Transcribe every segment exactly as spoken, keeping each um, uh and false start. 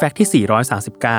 แฟกต์ที่สี่ร้อยสามสิบเก้า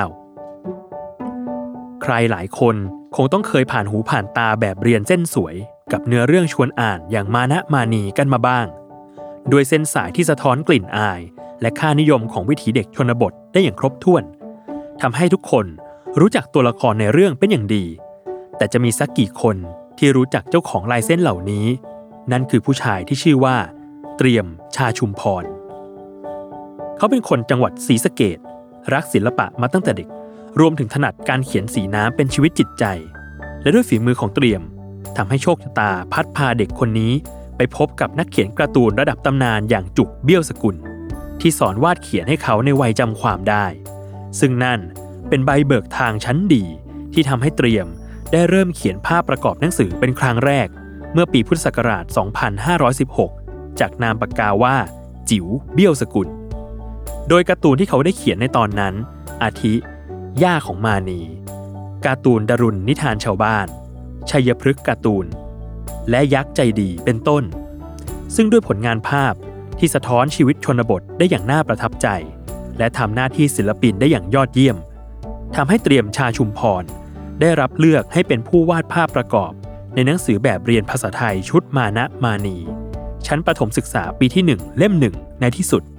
ใครหลายคนคงต้องเคยผ่านหูผ่านตาแบบเรียนเส้นสวยกับเนื้อเรื่องชวนอ่านอย่างมานะมานีกันมาบ้างด้วยเส้นสายที่สะท้อนกลิ่นอายและค่านิยมของวิถีเด็กชนบทได้อย่างครบถ้วนทำให้ทุกคนรู้จักตัวละครในเรื่องเป็นอย่างดีแต่จะมีสักกี่คนที่รู้จักเจ้าของลายเส้นเหล่านี้นั่นคือผู้ชายที่ชื่อว่าเตรียมชาชุมพรเขาเป็นคนจังหวัดศรีสะเกษรักศิลปะมาตั้งแต่เด็กรวมถึงถนัดการเขียนสีน้ำเป็นชีวิตจิตใจและด้วยฝีมือของเตรียมทำให้โชคชะตาพัดพาเด็กคนนี้ไปพบกับนักเขียนการ์ตูนระดับตำนานอย่างจุกเบี้ยวสกุลที่สอนวาดเขียนให้เขาในวัยจำความได้ซึ่งนั่นเป็นใบเบิกทางชั้นดีที่ทำให้เตรียมได้เริ่มเขียนภาพประกอบหนังสือเป็นครั้งแรกเมื่อปีพุทธศักราช สองพันห้าร้อยสิบหก จากนามปากกาว่าจิ๋วเบี้ยวสกุลโดยการ์ตูนที่เขาได้เขียนในตอนนั้นอาทิย่าของมานีการ์ตูนดารุณนิทานชาวบ้านชัยพฤกษ์การ์ตูนและยักษ์ใจดีเป็นต้นซึ่งด้วยผลงานภาพที่สะท้อนชีวิตชนบทได้อย่างน่าประทับใจและทำหน้าที่ศิลปินได้อย่างยอดเยี่ยมทำให้เตรียมชาชุมพรได้รับเลือกให้เป็นผู้วาดภาพประกอบในหนังสือแบบเรียนภาษาไทยชุดมานะมานีชั้นประถมศึกษาปีที่หนึ่งเล่มหนึ่งในที่สุด